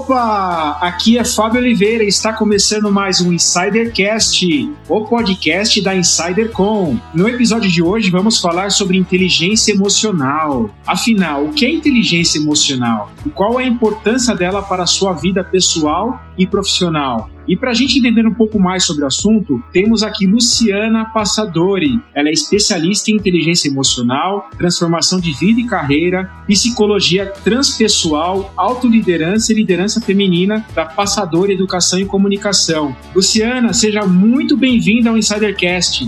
Opa! Aqui é Fábio Oliveira e está começando mais um InsiderCast, o podcast da InsiderCom. No episódio de hoje vamos falar sobre inteligência emocional. Afinal, o que é inteligência emocional? E qual é a importância dela para a sua vida pessoal e profissional? E para a gente entender um pouco mais sobre o assunto, temos aqui Luciana Passadori. Ela é especialista em inteligência emocional, transformação de vida e carreira, psicologia transpessoal, autoliderança e liderança feminina da Passadori Educação e Comunicação. Luciana, seja muito bem-vinda ao InsiderCast.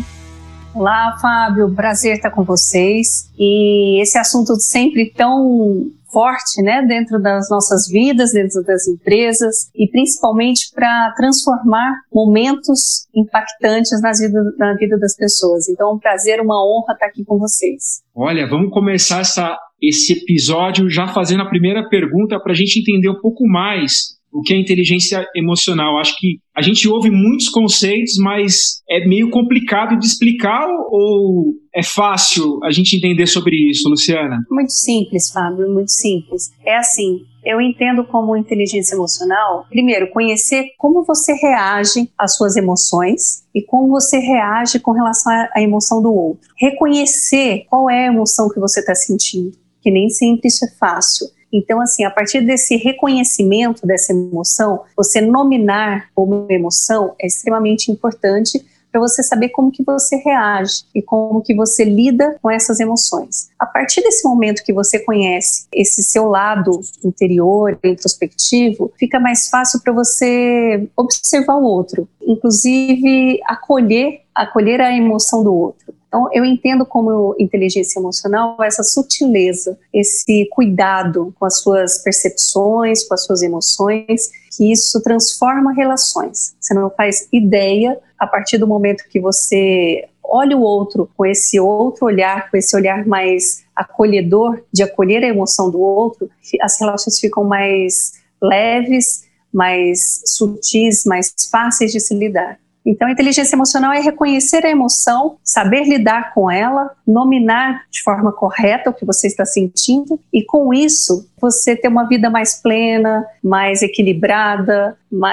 Olá, Fábio. Prazer estar com vocês. E esse assunto sempre tão forte, né, dentro das nossas vidas, dentro das empresas e principalmente para transformar momentos impactantes na vida das pessoas. Então, é um prazer, uma honra estar aqui com vocês. Olha, vamos começar esse episódio já fazendo a primeira pergunta para a gente entender um pouco mais o que é inteligência emocional. Acho que a gente ouve muitos conceitos, mas é meio complicado de explicar ou é fácil a gente entender sobre isso, Luciana? Muito simples, Fábio, muito simples. É assim, eu entendo como inteligência emocional, primeiro, conhecer como você reage às suas emoções e como você reage com relação à emoção do outro. Reconhecer qual é a emoção que você está sentindo, que nem sempre isso é fácil. Então, assim, a partir desse reconhecimento dessa emoção, você nominar como emoção é extremamente importante para você saber como que você reage e como que você lida com essas emoções. A partir desse momento que você conhece esse seu lado interior, introspectivo, fica mais fácil para você observar o outro, inclusive acolher a emoção do outro. Então, eu entendo como inteligência emocional essa sutileza, esse cuidado com as suas percepções, com as suas emoções, que isso transforma relações. Você não faz ideia, a partir do momento que você olha o outro com esse outro olhar, com esse olhar mais acolhedor, de acolher a emoção do outro, as relações ficam mais leves, mais sutis, mais fáceis de se lidar. Então, a inteligência emocional é reconhecer a emoção, saber lidar com ela, nominar de forma correta o que você está sentindo e, com isso, você ter uma vida mais plena, mais equilibrada,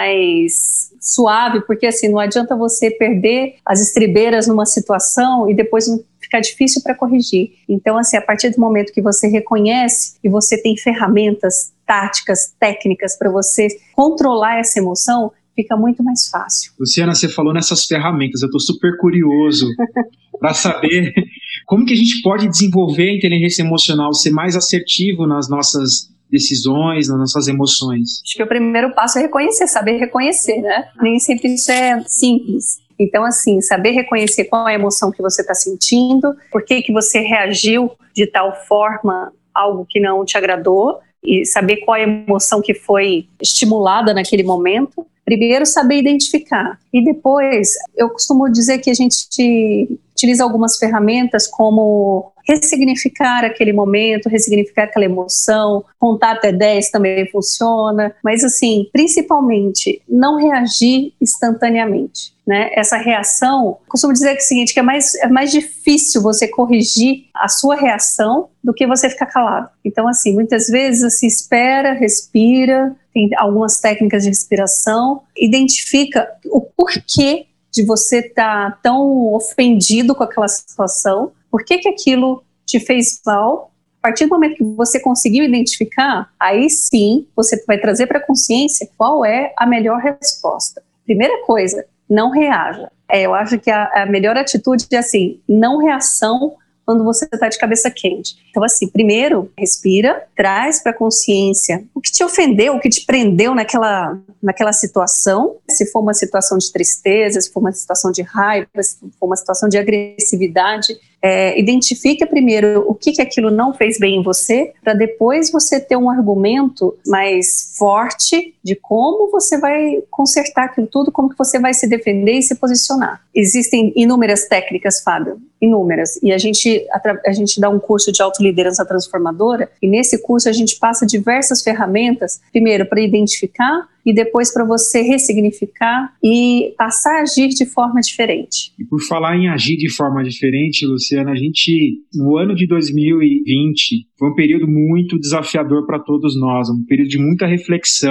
mais suave, porque assim, não adianta você perder as estribeiras numa situação e depois ficar difícil para corrigir. Então, assim, a partir do momento que você reconhece e você tem ferramentas, táticas, técnicas para você controlar essa emoção, fica muito mais fácil. Luciana, você falou nessas ferramentas, eu estou super curioso para saber como que a gente pode desenvolver a inteligência emocional, ser mais assertivo nas nossas decisões, nas nossas emoções. Acho que o primeiro passo é reconhecer, saber reconhecer, né? Nem sempre isso é simples. Então, assim, saber reconhecer qual é a emoção que você está sentindo, por que você reagiu de tal forma a algo que não te agradou, e saber qual é a emoção que foi estimulada naquele momento. Primeiro, saber identificar. E depois, eu costumo dizer que a gente utiliza algumas ferramentas como ressignificar aquele momento, ressignificar aquela emoção, contar até 10 também funciona, mas assim, principalmente, não reagir instantaneamente, né? Essa reação, costumo dizer que é o seguinte, que é mais difícil você corrigir a sua reação do que você ficar calado. Então, assim, muitas vezes, assim, espera, respira, tem algumas técnicas de respiração, identifica o porquê de você estar tão ofendido com aquela situação, por que aquilo te fez mal. A partir do momento que você conseguiu identificar, aí sim você vai trazer para a consciência qual é a melhor resposta. Primeira coisa, não reaja. Eu acho que a melhor atitude é assim, não reação quando você está de cabeça quente. Então, assim, primeiro, respira, traz para a consciência o que te ofendeu, o que te prendeu naquela situação. Se for uma situação de tristeza, se for uma situação de raiva, se for uma situação de agressividade, identifica primeiro o que aquilo não fez bem em você, para depois você ter um argumento mais forte de como você vai consertar aquilo tudo, como que você vai se defender e se posicionar. Existem inúmeras técnicas, Fábio, inúmeras, e a gente dá um curso de autoliderança transformadora, e nesse curso a gente passa diversas ferramentas, primeiro para identificar e depois para você ressignificar e passar a agir de forma diferente. E por falar em agir de forma diferente, Luciana, a gente, no ano de 2020, foi um período muito desafiador para todos nós, um período de muita reflexão.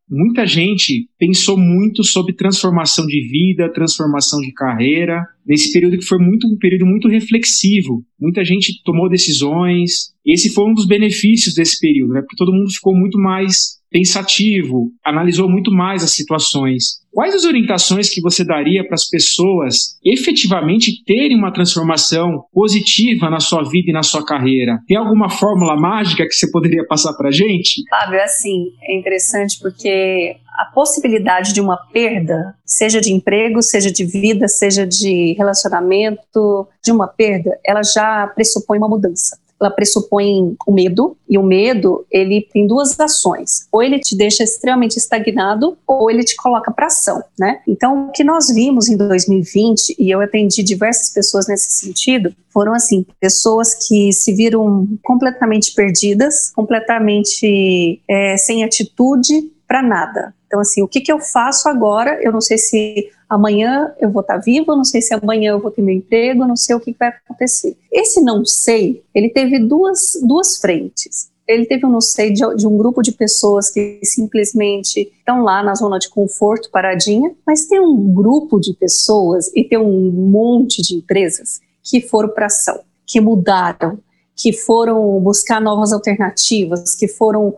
muita gente pensou muito sobre transformação de vida, transformação de carreira, nesse período que foi um período muito reflexivo. Muita gente tomou decisões. Esse foi um dos benefícios desse período, né? Porque todo mundo ficou muito mais pensativo, analisou muito mais as situações. Quais as orientações que você daria para as pessoas efetivamente terem uma transformação positiva na sua vida e na sua carreira? Tem alguma fórmula mágica que você poderia passar para a gente? Fábio, assim, é interessante porque a possibilidade de uma perda, seja de emprego, seja de vida, seja de relacionamento, de uma perda, ela já pressupõe uma mudança. Ela pressupõe o medo, e o medo, ele tem duas ações. Ou ele te deixa extremamente estagnado, ou ele te coloca para ação, né? Então, o que nós vimos em 2020, e eu atendi diversas pessoas nesse sentido, foram, assim, pessoas que se viram completamente perdidas, completamente sem atitude para nada. Então, assim, o que eu faço agora? Eu não sei se amanhã eu vou estar viva, eu não sei se amanhã eu vou ter meu emprego, eu não sei o que vai acontecer. Esse não sei, ele teve duas frentes. Ele teve um não sei de um grupo de pessoas que simplesmente estão lá na zona de conforto, paradinha, mas tem um grupo de pessoas e tem um monte de empresas que foram para ação, que mudaram, que foram buscar novas alternativas, que foram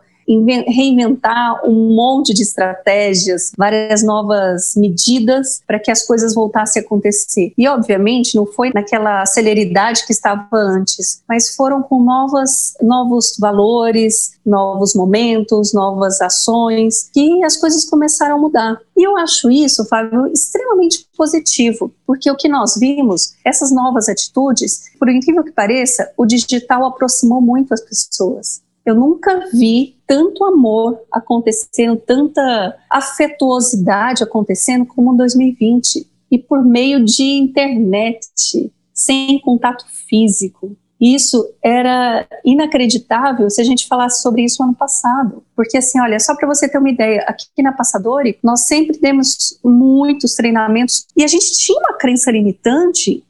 reinventar um monte de estratégias, várias novas medidas para que as coisas voltassem a acontecer. E, obviamente, não foi naquela celeridade que estava antes, mas foram com novos valores, novos momentos, novas ações, que as coisas começaram a mudar. E eu acho isso, Fábio, extremamente positivo, porque o que nós vimos, essas novas atitudes, por incrível que pareça, o digital aproximou muito as pessoas. Eu nunca vi tanto amor acontecendo, tanta afetuosidade acontecendo como em 2020. E por meio de internet, sem contato físico. Isso era inacreditável se a gente falasse sobre isso ano passado. Porque assim, olha, só para você ter uma ideia, aqui na Passadori, nós sempre demos muitos treinamentos e a gente tinha uma crença limitante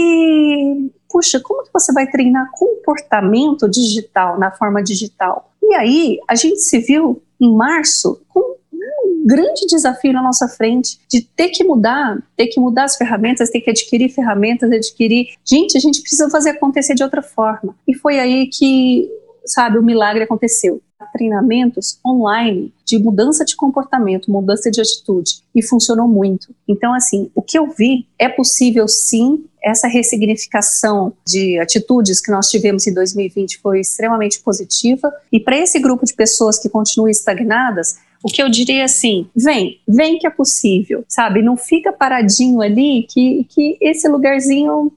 que... Puxa, como que você vai treinar comportamento digital, na forma digital? E aí, a gente se viu em março com um grande desafio na nossa frente, de ter que mudar as ferramentas, ter que adquirir ferramentas, Gente, a gente precisa fazer acontecer de outra forma. E foi aí que, sabe, o milagre aconteceu. Treinamentos online de mudança de comportamento, mudança de atitude, e funcionou muito. Então, assim, o que eu vi é possível sim. Essa ressignificação de atitudes que nós tivemos em 2020 foi extremamente positiva, e para esse grupo de pessoas que continuam estagnadas, o que eu diria assim, vem que é possível, sabe? Não fica paradinho ali, que esse lugarzinho...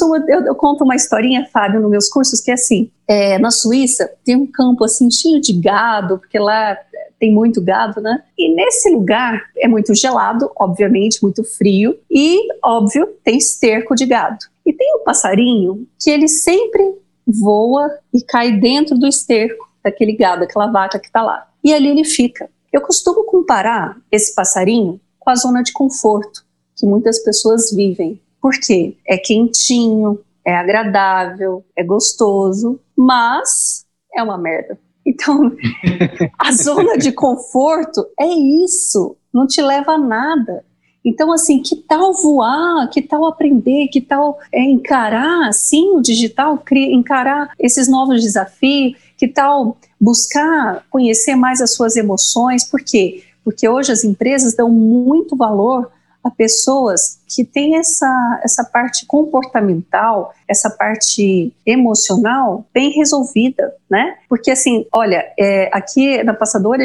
Eu conto uma historinha, Fábio, nos meus cursos, que é assim, na Suíça tem um campo assim cheio de gado, porque lá tem muito gado, né? E nesse lugar é muito gelado, obviamente, muito frio, e, óbvio, tem esterco de gado. E tem um passarinho que ele sempre voa e cai dentro do esterco daquele gado, aquela vaca que está lá. E ali ele fica. Eu costumo comparar esse passarinho com a zona de conforto que muitas pessoas vivem. Por quê? É quentinho, é agradável, é gostoso, mas é uma merda. Então, a zona de conforto é isso, não te leva a nada. Então, assim, que tal voar, que tal aprender, que tal encarar, sim, o digital, encarar esses novos desafios, que tal buscar conhecer mais as suas emoções. Por quê? Porque hoje as empresas dão muito valor a pessoas que têm essa parte comportamental, essa parte emocional bem resolvida, né? Porque assim, olha, aqui na Passadori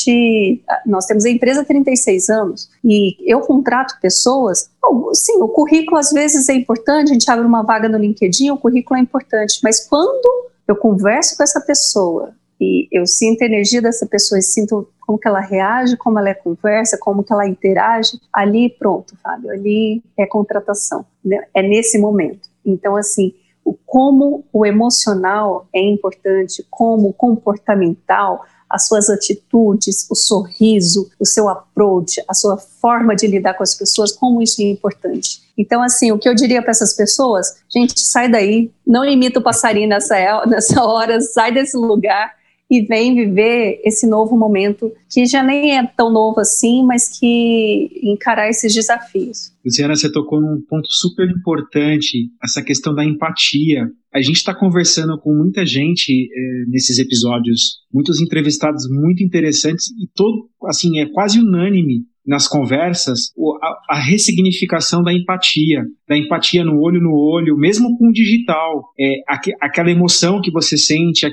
nós temos a empresa há 36 anos e eu contrato pessoas, sim, o currículo às vezes é importante, a gente abre uma vaga no LinkedIn, o currículo é importante, mas quando eu converso com essa pessoa e eu sinto a energia dessa pessoa e sinto como que ela reage, como ela conversa, como que ela interage, ali pronto, Fábio, ali é contratação, né? É nesse momento. Então, assim, como o emocional é importante, como o comportamental, as suas atitudes, o sorriso, o seu approach, a sua forma de lidar com as pessoas, como isso é importante. Então, assim, o que eu diria para essas pessoas, gente, sai daí, não imita o passarinho nessa hora, sai desse lugar, e vem viver esse novo momento, que já nem é tão novo assim, mas que encarar esses desafios. Luciana, você tocou num ponto super importante, essa questão da empatia. A gente está conversando com muita gente nesses episódios, muitos entrevistados muito interessantes, e todo, assim, é quase unânime nas conversas a ressignificação da empatia no olho, mesmo com o digital. Aquela emoção que você sente,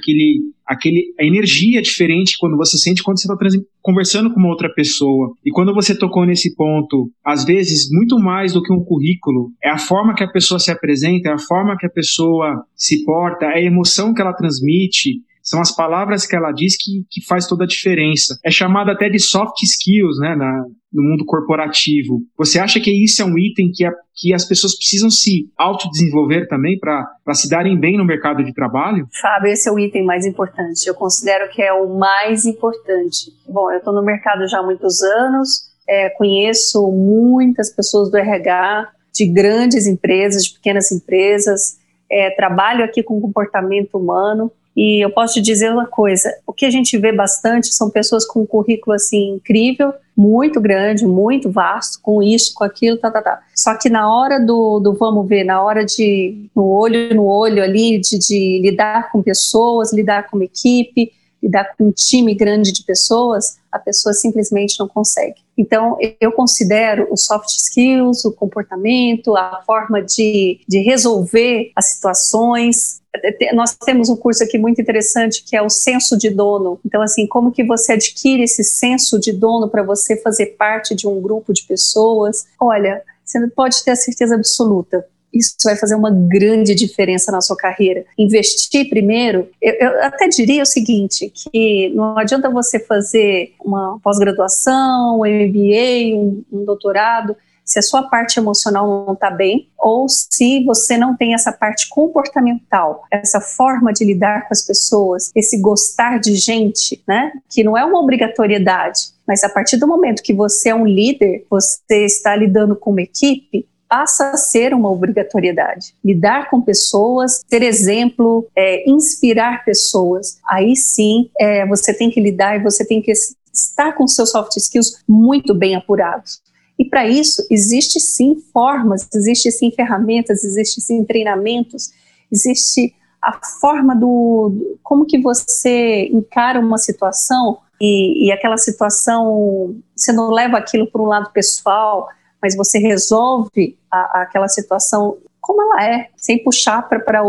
a energia diferente quando você sente quando você está conversando com uma outra pessoa. E quando você tocou nesse ponto, às vezes, muito mais do que um currículo, é a forma que a pessoa se apresenta, é a forma que a pessoa se porta, é a emoção que ela transmite, são as palavras que ela diz que faz toda a diferença. É chamado até de soft skills, né, no mundo corporativo. Você acha que isso é um item que as pessoas precisam se autodesenvolver também para se darem bem no mercado de trabalho? Fábio, esse é o item mais importante. Eu considero que é o mais importante. Bom, eu estou no mercado já há muitos anos, conheço muitas pessoas do RH, de grandes empresas, de pequenas empresas, trabalho aqui com comportamento humano. E eu posso te dizer uma coisa, o que a gente vê bastante são pessoas com um currículo assim incrível, muito grande, muito vasto, com isso, com aquilo, Só que na hora do vamos ver, na hora de no olho ali, de lidar com pessoas, lidar com uma equipe, lidar com um time grande de pessoas, a pessoa simplesmente não consegue. Então, eu considero os soft skills, o comportamento, a forma de resolver as situações. Nós temos um curso aqui muito interessante que é o senso de dono. Então, assim, como que você adquire esse senso de dono para você fazer parte de um grupo de pessoas? Olha, você pode ter a certeza absoluta. Isso vai fazer uma grande diferença na sua carreira. Investir primeiro, eu até diria o seguinte, que não adianta você fazer uma pós-graduação, um MBA, um doutorado, se a sua parte emocional não está bem, ou se você não tem essa parte comportamental, essa forma de lidar com as pessoas, esse gostar de gente, né, que não é uma obrigatoriedade, mas a partir do momento que você é um líder, você está lidando com uma equipe, passa a ser uma obrigatoriedade. Lidar com pessoas, ter exemplo, inspirar pessoas. Aí sim, você tem que lidar e você tem que estar com seus soft skills muito bem apurados. E para isso, existe sim formas, existe sim ferramentas, existe sim treinamentos, existe a forma como que você encara uma situação e aquela situação, você não leva aquilo para um lado pessoal, mas você resolve aquela situação como ela é, sem puxar para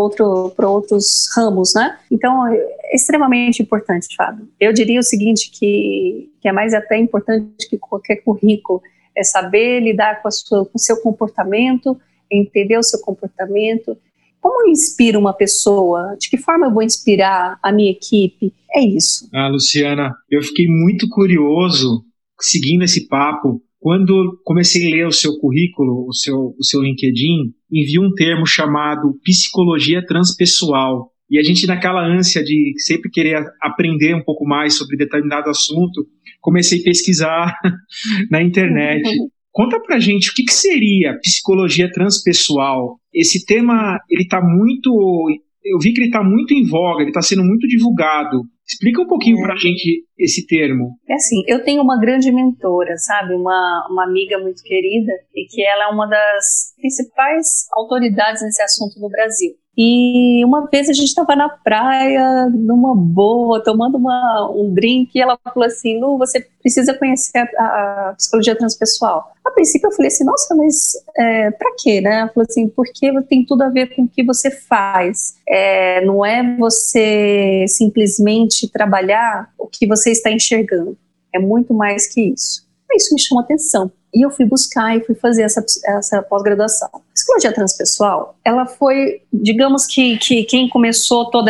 outros ramos, né? Então, é extremamente importante, Fábio. Eu diria o seguinte, que é mais até importante que qualquer currículo, é saber lidar com o seu comportamento, entender o seu comportamento. Como eu inspiro uma pessoa? De que forma eu vou inspirar a minha equipe? É isso. Luciana, eu fiquei muito curioso, seguindo esse papo, quando comecei a ler o seu currículo, o seu LinkedIn, vi um termo chamado psicologia transpessoal. E a gente, naquela ânsia de sempre querer aprender um pouco mais sobre determinado assunto, comecei a pesquisar na internet. Conta pra gente o que seria psicologia transpessoal. Esse tema, eu vi que ele está muito em voga, ele está sendo muito divulgado. Explica um pouquinho pra gente esse termo. É assim, eu tenho uma grande mentora, sabe? Uma amiga muito querida, e que ela é uma das principais autoridades nesse assunto no Brasil. E uma vez a gente estava na praia, numa boa, tomando um drink, e ela falou assim: Lu, você precisa conhecer a psicologia transpessoal. A princípio eu falei assim: nossa, mas pra quê, né? Ela falou assim: porque tem tudo a ver com o que você faz. Não é você simplesmente trabalhar o que você está enxergando. É muito mais que isso. Isso me chamou atenção. E eu fui buscar e fui fazer essa pós-graduação. A psicologia transpessoal, ela foi, digamos que quem começou todo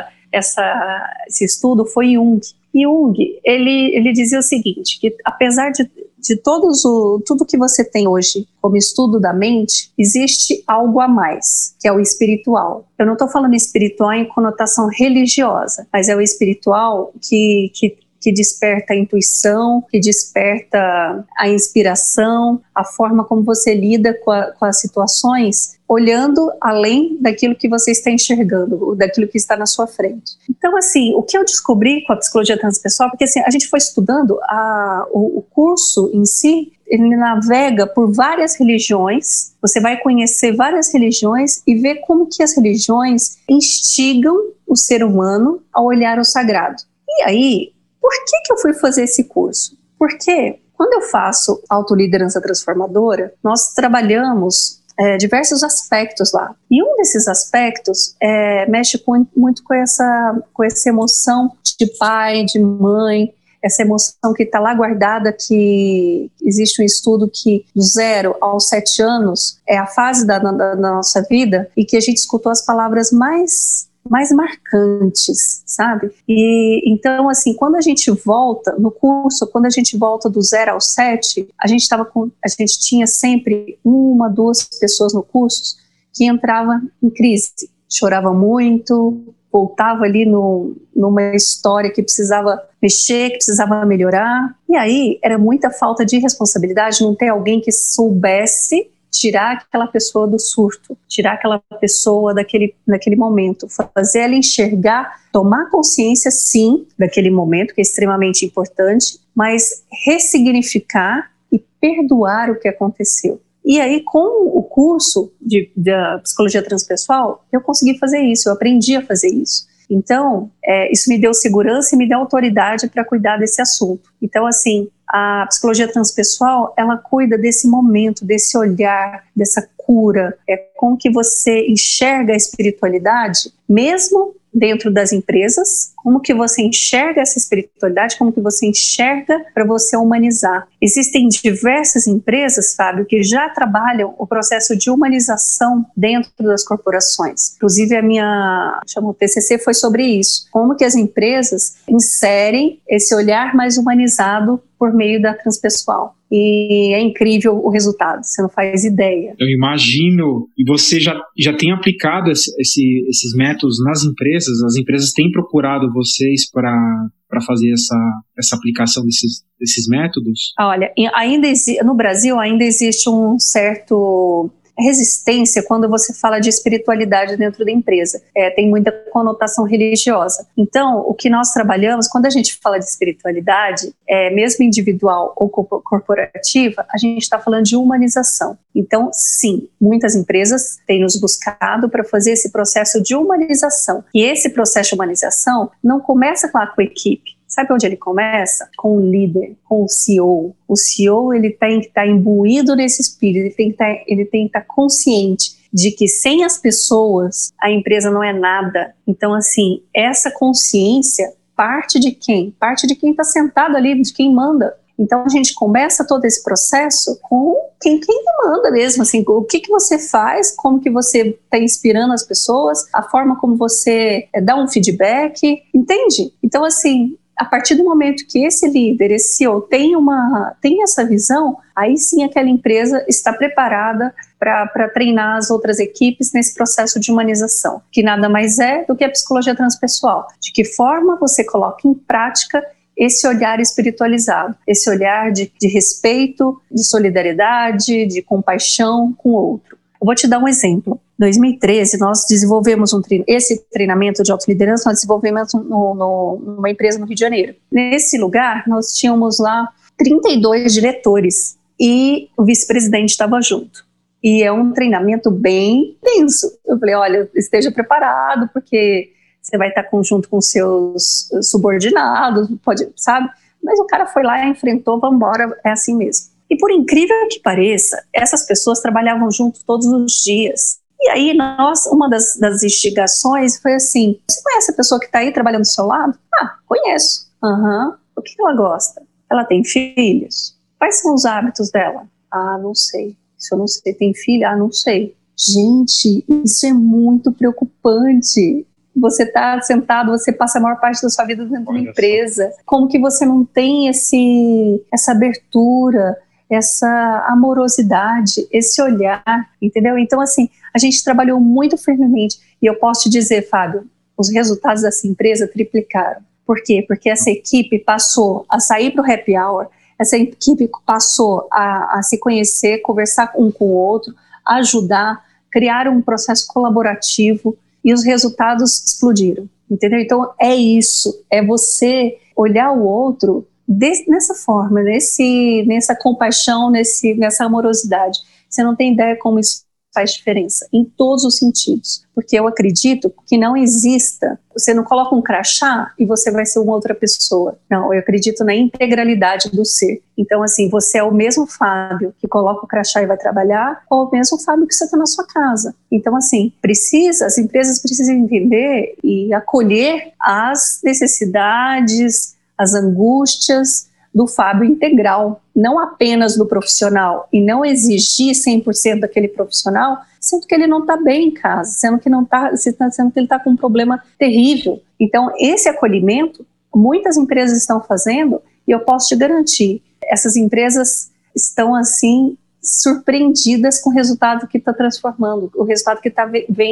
esse estudo foi Jung. E Jung, ele dizia o seguinte, que apesar de tudo que você tem hoje como estudo da mente, existe algo a mais, que é o espiritual. Eu não estou falando espiritual em conotação religiosa, mas é o espiritual que que desperta a intuição, que desperta a inspiração, a forma como você lida com as situações, olhando além daquilo que você está enxergando, daquilo que está na sua frente. Então, assim, o que eu descobri com a psicologia transpessoal, porque assim, a gente foi estudando o curso em si, ele navega por várias religiões, você vai conhecer várias religiões e ver como que as religiões instigam o ser humano a olhar o sagrado. E aí, por que eu fui fazer esse curso? Porque quando eu faço autoliderança transformadora, nós trabalhamos diversos aspectos lá. E um desses aspectos mexe muito com essa emoção de pai, de mãe, essa emoção que está lá guardada, que existe um estudo que do 0 aos 7 anos é a fase da nossa vida e que a gente escutou as palavras mais marcantes, sabe? E então, assim, quando a gente volta no curso, quando a gente volta do 0 ao 7, a gente tinha sempre 1, 2 pessoas no curso que entrava em crise, chorava muito, voltava ali numa história que precisava mexer, que precisava melhorar. E aí era muita falta de responsabilidade não ter alguém que soubesse tirar aquela pessoa do surto, tirar aquela pessoa daquele momento, fazer ela enxergar, tomar consciência sim daquele momento, que é extremamente importante, mas ressignificar e perdoar o que aconteceu. E aí, com o curso da psicologia transpessoal, eu consegui fazer isso, eu aprendi a fazer isso. Então, isso me deu segurança e me deu autoridade para cuidar desse assunto. Então, assim, a psicologia transpessoal, ela cuida desse momento, desse olhar, dessa cura, como que você enxerga a espiritualidade, mesmo dentro das empresas, como que você enxerga essa espiritualidade, como que você enxerga para você humanizar. Existem diversas empresas, Fábio, que já trabalham o processo de humanização dentro das corporações. Inclusive o TCC foi sobre isso. Como que as empresas inserem esse olhar mais humanizado por meio da transpessoal. E é incrível o resultado, você não faz ideia. Eu imagino, e você já tem aplicado esses métodos nas empresas? As empresas têm procurado vocês para fazer essa aplicação desses métodos? Olha, no Brasil ainda existe um certo resistência quando você fala de espiritualidade dentro da empresa. Tem muita conotação religiosa. Então, o que nós trabalhamos, quando a gente fala de espiritualidade, mesmo individual ou corporativa, a gente está falando de humanização. Então, sim, muitas empresas têm nos buscado para fazer esse processo de humanização. E esse processo de humanização não começa lá com a equipe. Sabe onde ele começa? Com o líder, com o CEO. O CEO ele tem que estar imbuído nesse espírito, ele tem que estar consciente de que sem as pessoas a empresa não é nada. Então, assim, essa consciência parte de quem? Parte de quem está sentado ali, de quem manda. Então, a gente começa todo esse processo com quem manda mesmo, assim, o que você faz, como que você está inspirando as pessoas, a forma como você dá um feedback, entende? Então, assim, a partir do momento que esse líder, esse CEO tem essa visão, aí sim aquela empresa está preparada para treinar as outras equipes nesse processo de humanização, que nada mais é do que a psicologia transpessoal. De que forma você coloca em prática esse olhar espiritualizado, esse olhar de respeito, de solidariedade, de compaixão com o outro. Eu vou te dar um exemplo. Em 2013, nós desenvolvemos esse treinamento de autoliderança, nós desenvolvemos numa empresa no Rio de Janeiro. Nesse lugar, nós tínhamos lá 32 diretores e o vice-presidente estava junto. E é um treinamento bem denso. Eu falei, olha, esteja preparado, porque você vai estar junto com seus subordinados, sabe? Mas o cara foi lá, enfrentou, vamos embora, é assim mesmo. E por incrível que pareça, essas pessoas trabalhavam junto todos os dias. E aí, uma das instigações foi assim, você conhece a pessoa que está aí trabalhando do seu lado? Ah, conheço. O que ela gosta? Ela tem filhos? Quais são os hábitos dela? Ah, não sei. Isso eu não sei. Tem filho? Ah, não sei. Gente, isso é muito preocupante. Você está sentado, você passa a maior parte da sua vida dentro de uma empresa. Como que você não tem essa abertura, essa amorosidade, esse olhar, entendeu? Então, assim, a gente trabalhou muito firmemente. E eu posso te dizer, Fábio, os resultados dessa empresa triplicaram. Por quê? Porque essa equipe passou a sair para o happy hour, essa equipe passou a se conhecer, conversar um com o outro, ajudar, criar um processo colaborativo e os resultados explodiram, entendeu? Então é isso, é você olhar o outro nessa forma, nessa compaixão, nessa amorosidade. Você não tem ideia como isso faz diferença, em todos os sentidos, porque eu acredito que não exista, você não coloca um crachá e você vai ser uma outra pessoa, não, eu acredito na integralidade do ser. Então assim, você é o mesmo Fábio que coloca o crachá e vai trabalhar, ou o mesmo Fábio que você está na sua casa. Então assim, as empresas precisam entender e acolher as necessidades, as angústias do Fábio integral, não apenas do profissional, e não exigir 100% daquele profissional, sendo que ele não está bem em casa, sendo que ele está com um problema terrível. Então, esse acolhimento, muitas empresas estão fazendo, e eu posso te garantir, essas empresas estão assim surpreendidas com o resultado que está transformando, o resultado que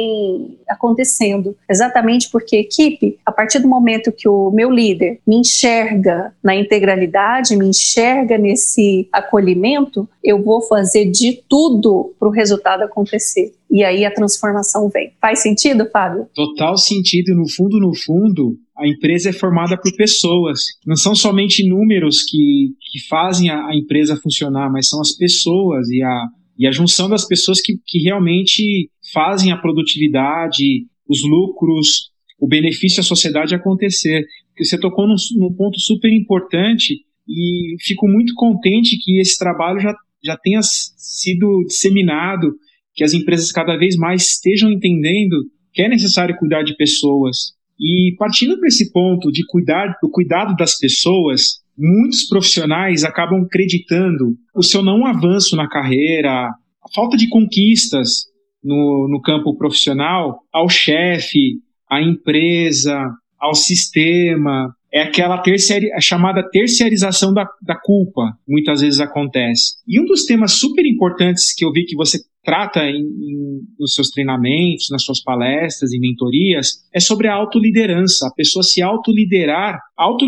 vem acontecendo, exatamente porque equipe, a partir do momento que o meu líder me enxerga na integralidade, me enxerga nesse acolhimento, eu vou fazer de tudo para o resultado acontecer, e aí a transformação vem. Faz sentido, Fábio? Total sentido. No fundo, a empresa é formada por pessoas. Não são somente números que fazem a empresa funcionar, mas são as pessoas e a junção das pessoas que realmente fazem a produtividade, os lucros, o benefício à sociedade acontecer. Porque você tocou num ponto super importante e fico muito contente que esse trabalho já tenha sido disseminado, que as empresas cada vez mais estejam entendendo que é necessário cuidar de pessoas. E partindo para esse ponto do cuidado das pessoas, muitos profissionais acabam acreditando o seu não avanço na carreira, a falta de conquistas no campo profissional ao chefe, à empresa, ao sistema. É aquela chamada terceirização da culpa, muitas vezes acontece. E um dos temas super importantes que eu vi que você trata nos seus treinamentos, nas suas palestras e mentorias, é sobre a autoliderança, a pessoa se autoliderar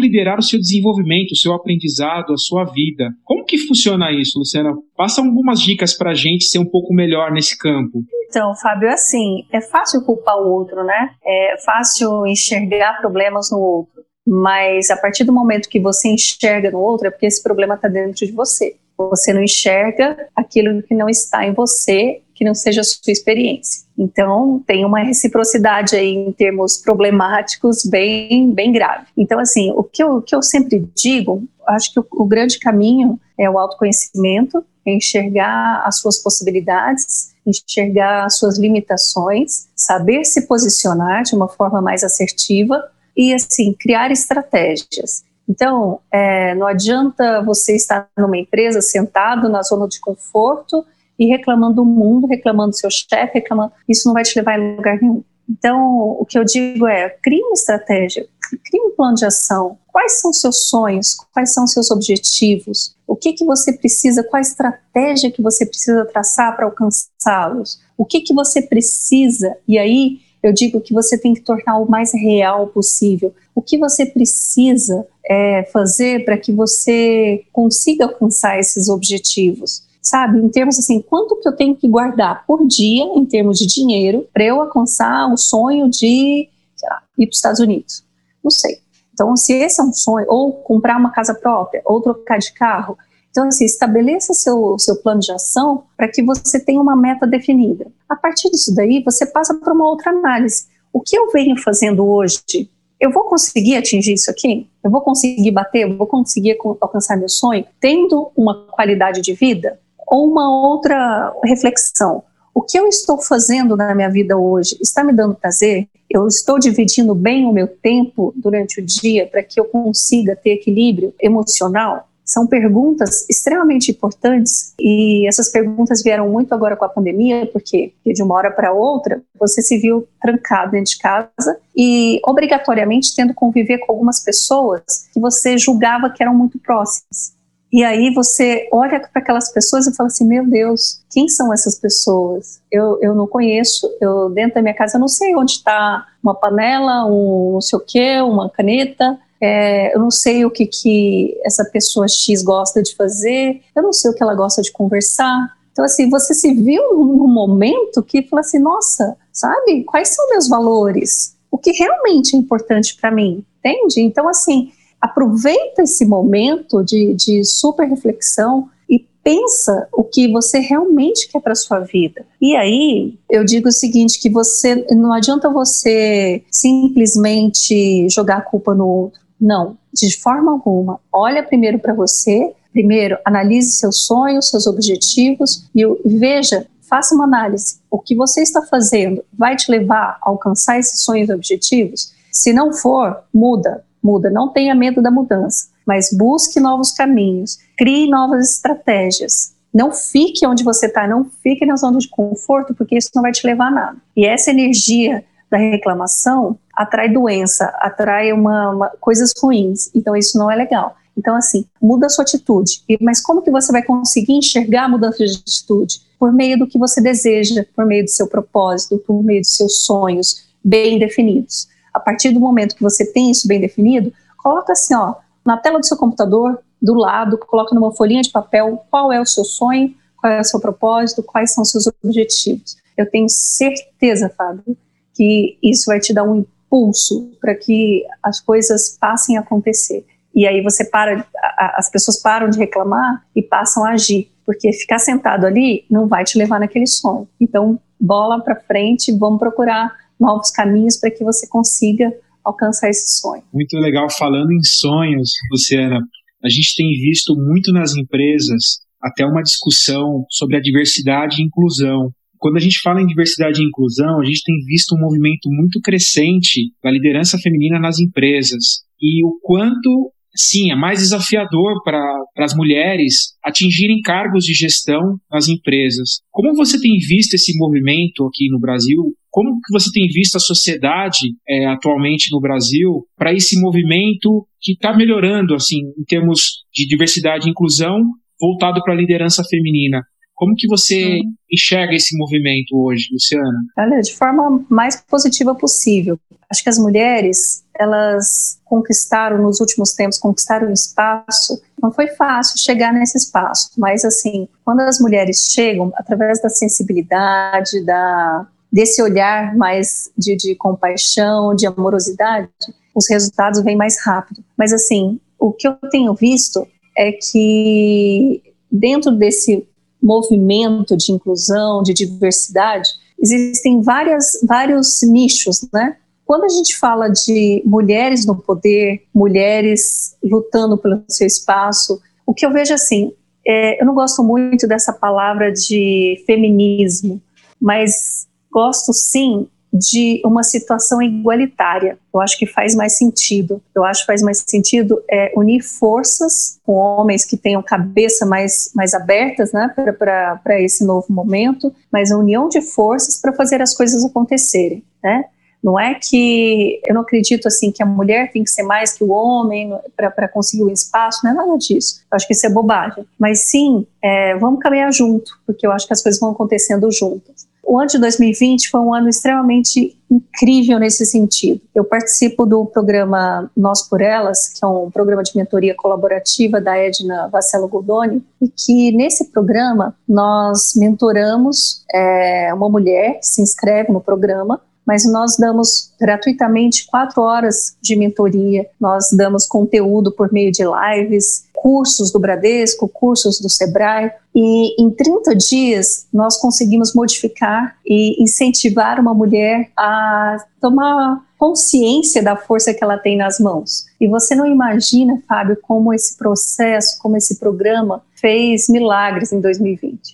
o seu desenvolvimento, o seu aprendizado, a sua vida. Como que funciona isso, Luciana? Passa algumas dicas para a gente ser um pouco melhor nesse campo. Então, Fábio, assim, é fácil culpar o outro, né? É fácil enxergar problemas no outro. Mas a partir do momento que você enxerga no outro, é porque esse problema está dentro de você. Você não enxerga aquilo que não está em você, que não seja a sua experiência. Então, tem uma reciprocidade aí em termos problemáticos bem, bem grave. Então, assim, o que eu sempre digo, acho que o grande caminho é o autoconhecimento, é enxergar as suas possibilidades, enxergar as suas limitações, saber se posicionar de uma forma mais assertiva, e assim, criar estratégias. Então, não adianta você estar numa empresa sentado na zona de conforto e reclamando do mundo, reclamando do seu chefe, isso não vai te levar em lugar nenhum. Então, o que eu digo é, crie uma estratégia, crie um plano de ação. Quais são os seus sonhos? Quais são os seus objetivos? O que você precisa, qual a estratégia que você precisa traçar para alcançá-los? O que você precisa? E aí, eu digo que você tem que tornar o mais real possível. O que você precisa fazer para que você consiga alcançar esses objetivos? Sabe, em termos assim, quanto que eu tenho que guardar por dia, em termos de dinheiro, para eu alcançar o sonho de, sei lá, ir para os Estados Unidos? Não sei. Então, se esse é um sonho, ou comprar uma casa própria, ou trocar de carro, então, assim, estabeleça seu plano de ação para que você tenha uma meta definida. A partir disso daí, você passa para uma outra análise. O que eu venho fazendo hoje, eu vou conseguir atingir isso aqui? Eu vou conseguir bater? Eu vou conseguir alcançar meu sonho? Tendo uma qualidade de vida? Ou uma outra reflexão. O que eu estou fazendo na minha vida hoje está me dando prazer? Eu estou dividindo bem o meu tempo durante o dia para que eu consiga ter equilíbrio emocional? São perguntas extremamente importantes e essas perguntas vieram muito agora com a pandemia, porque de uma hora para outra você se viu trancado dentro de casa e obrigatoriamente tendo que conviver com algumas pessoas que você julgava que eram muito próximas. E aí você olha para aquelas pessoas e fala assim, meu Deus, quem são essas pessoas? Eu não conheço, dentro da minha casa eu não sei onde está uma panela, um não sei o quê, uma caneta, eu não sei o que essa pessoa X gosta de fazer, eu não sei o que ela gosta de conversar. Então, assim, você se viu num momento que fala assim, nossa, sabe, quais são meus valores? O que realmente é importante para mim, entende? Então, assim, aproveita esse momento de super reflexão e pensa o que você realmente quer para sua vida. E aí, eu digo o seguinte, que não adianta você simplesmente jogar a culpa no outro. Não, de forma alguma. Olha primeiro para você, primeiro analise seus sonhos, seus objetivos e veja, faça uma análise. O que você está fazendo vai te levar a alcançar esses sonhos e objetivos? Se não for, muda, não tenha medo da mudança, mas busque novos caminhos, crie novas estratégias. Não fique onde você está, não fique na zona de conforto, porque isso não vai te levar a nada. E essa energia da reclamação atrai doença, atrai coisas ruins, então isso não é legal. Então, assim, muda a sua atitude. Mas como que você vai conseguir enxergar a mudança de atitude? Por meio do que você deseja, por meio do seu propósito, por meio dos seus sonhos bem definidos. A partir do momento que você tem isso bem definido, coloca assim, ó, na tela do seu computador, do lado, coloca numa folhinha de papel qual é o seu sonho, qual é o seu propósito, quais são os seus objetivos. Eu tenho certeza, Fábio, que isso vai te dar um impulso para que as coisas passem a acontecer. E aí as pessoas param de reclamar e passam a agir, porque ficar sentado ali não vai te levar naquele sonho. Então, bola para frente, vamos procurar novos caminhos para que você consiga alcançar esse sonho. Muito legal. Falando em sonhos, Luciana, a gente tem visto muito nas empresas até uma discussão sobre a diversidade e inclusão. Quando a gente fala em diversidade e inclusão, a gente tem visto um movimento muito crescente da liderança feminina nas empresas. E o quanto, sim, é mais desafiador para as mulheres atingirem cargos de gestão nas empresas. Como você tem visto esse movimento aqui no Brasil? Como que você tem visto a sociedade atualmente no Brasil para esse movimento que está melhorando, assim, em termos de diversidade e inclusão, voltado para a liderança feminina? Como que você enxerga esse movimento hoje, Luciana? Olha, de forma mais positiva possível. Acho que as mulheres, elas nos últimos tempos, conquistaram um espaço. Não foi fácil chegar nesse espaço, mas assim, quando as mulheres chegam, através da sensibilidade, desse olhar mais de compaixão, de amorosidade, os resultados vêm mais rápido. Mas assim, o que eu tenho visto é que dentro desse movimento de inclusão, de diversidade, existem vários nichos, né? Quando a gente fala de mulheres no poder, mulheres lutando pelo seu espaço, o que eu vejo assim, eu não gosto muito dessa palavra de feminismo, mas gosto sim de uma situação igualitária. Eu acho que faz mais sentido. Eu acho que faz mais sentido unir forças com homens que tenham cabeça mais abertas, né, para esse novo momento, mas a união de forças para fazer as coisas acontecerem, né? Não é que eu não acredito assim que a mulher tem que ser mais que o homem para conseguir o espaço, não é nada disso. Eu acho que isso é bobagem. Mas sim, vamos caminhar junto, porque eu acho que as coisas vão acontecendo juntas. O ano de 2020 foi um ano extremamente incrível nesse sentido. Eu participo do programa Nós por Elas, que é um programa de mentoria colaborativa da Edna Vascello Goldoni, e que nesse programa nós mentoramos uma mulher que se inscreve no programa, mas nós damos gratuitamente 4 horas de mentoria, nós damos conteúdo por meio de lives, cursos do Bradesco, cursos do Sebrae, e em 30 dias nós conseguimos modificar e incentivar uma mulher a tomar consciência da força que ela tem nas mãos. E você não imagina, Fábio, como esse processo, como esse programa fez milagres em 2020.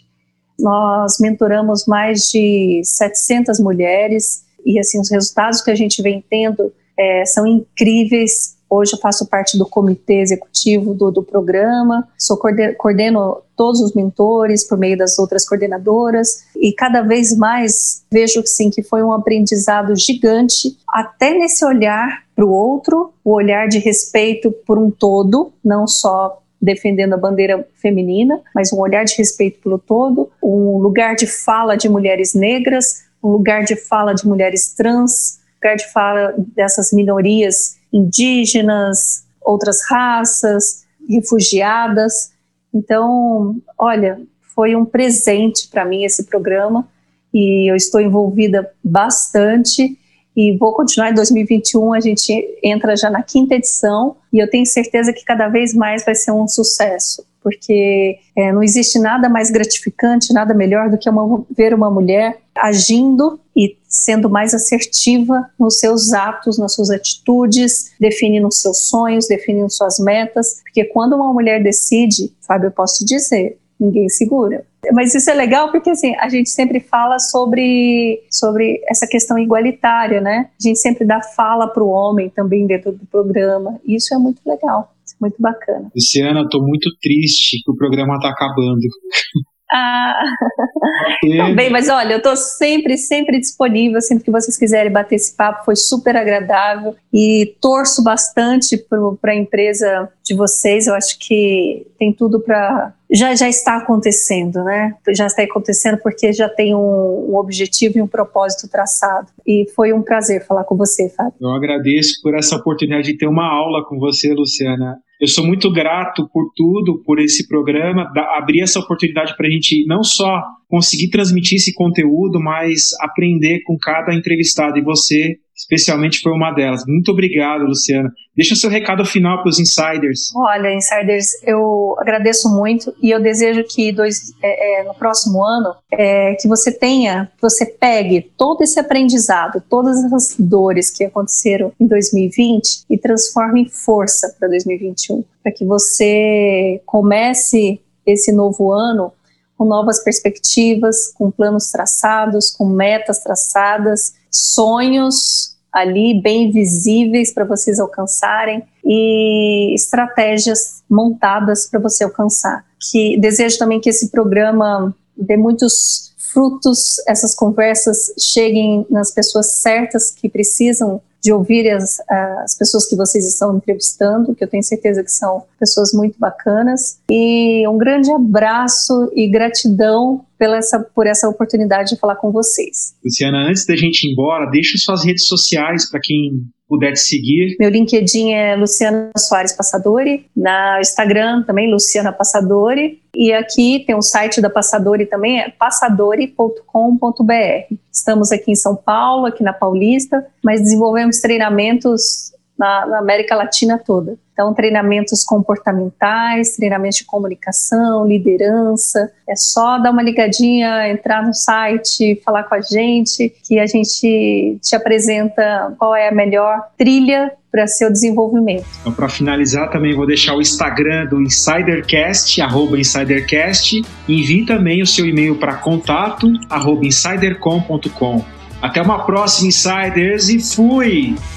Nós mentoramos mais de 700 mulheres, e assim, os resultados que a gente vem tendo são incríveis. Hoje eu faço parte do comitê executivo do programa, coordeno todos os mentores por meio das outras coordenadoras, e cada vez mais vejo sim, que foi um aprendizado gigante, até nesse olhar para o outro, o olhar de respeito por um todo, não só defendendo a bandeira feminina, mas um olhar de respeito pelo todo, um lugar de fala de mulheres negras, um lugar de fala de mulheres trans, Gerd fala dessas minorias indígenas, outras raças, refugiadas. Então, olha, foi um presente para mim esse programa e eu estou envolvida bastante e vou continuar em 2021, a gente entra já na 5ª edição e eu tenho certeza que cada vez mais vai ser um sucesso, porque não existe nada mais gratificante, nada melhor do que ver uma mulher agindo e sendo mais assertiva nos seus atos, nas suas atitudes, definindo seus sonhos, definindo suas metas, porque quando uma mulher decide, Fábio, eu posso te dizer, ninguém segura. Mas isso é legal porque assim, a gente sempre fala sobre essa questão igualitária, né? A gente sempre dá fala para o homem também dentro do programa, e isso é muito legal, isso é muito bacana. Luciana, estou muito triste que o programa está acabando. Também, mas olha, eu estou sempre disponível, sempre que vocês quiserem bater esse papo, foi super agradável e torço bastante para a empresa de vocês. Eu acho que tem tudo para... Já está acontecendo, né? Já está acontecendo porque já tem um objetivo e um propósito traçado. E foi um prazer falar com você, Fábio. Eu agradeço por essa oportunidade de ter uma aula com você, Luciana. Eu sou muito grato por tudo, por esse programa, abrir essa oportunidade para a gente não só conseguir transmitir esse conteúdo, mas aprender com cada entrevistado. E você, especialmente, foi uma delas. Muito obrigado, Luciana. Deixa seu recado final para os insiders. Olha, insiders, eu agradeço muito e eu desejo que no próximo ano que você pegue todo esse aprendizado, todas essas dores que aconteceram em 2020 e transforme em força para 2021, para que você comece esse novo ano com novas perspectivas, com planos traçados, com metas traçadas, sonhos ali bem visíveis para vocês alcançarem e estratégias montadas para você alcançar. Desejo também que esse programa dê muitos frutos, essas conversas cheguem nas pessoas certas que precisam de ouvir as pessoas que vocês estão entrevistando, que eu tenho certeza que são pessoas muito bacanas. E um grande abraço e gratidão por essa oportunidade de falar com vocês. Luciana, antes da gente ir embora, deixa suas redes sociais para quem puder te seguir. Meu LinkedIn é Luciana Soares Passadori, no Instagram também Luciana Passadori, e aqui tem o site da Passadori também, é passadori.com.br. Estamos aqui em São Paulo, aqui na Paulista, mas desenvolvemos treinamentos na América Latina toda. Então, treinamentos comportamentais, treinamentos de comunicação, liderança. É só dar uma ligadinha, entrar no site, falar com a gente, que a gente te apresenta qual é a melhor trilha para seu desenvolvimento. Então, para finalizar, também vou deixar o Instagram do Insidercast, @InsiderCast. Envie também o seu e-mail para contato@insidercom.com. Até uma próxima, Insiders, e fui!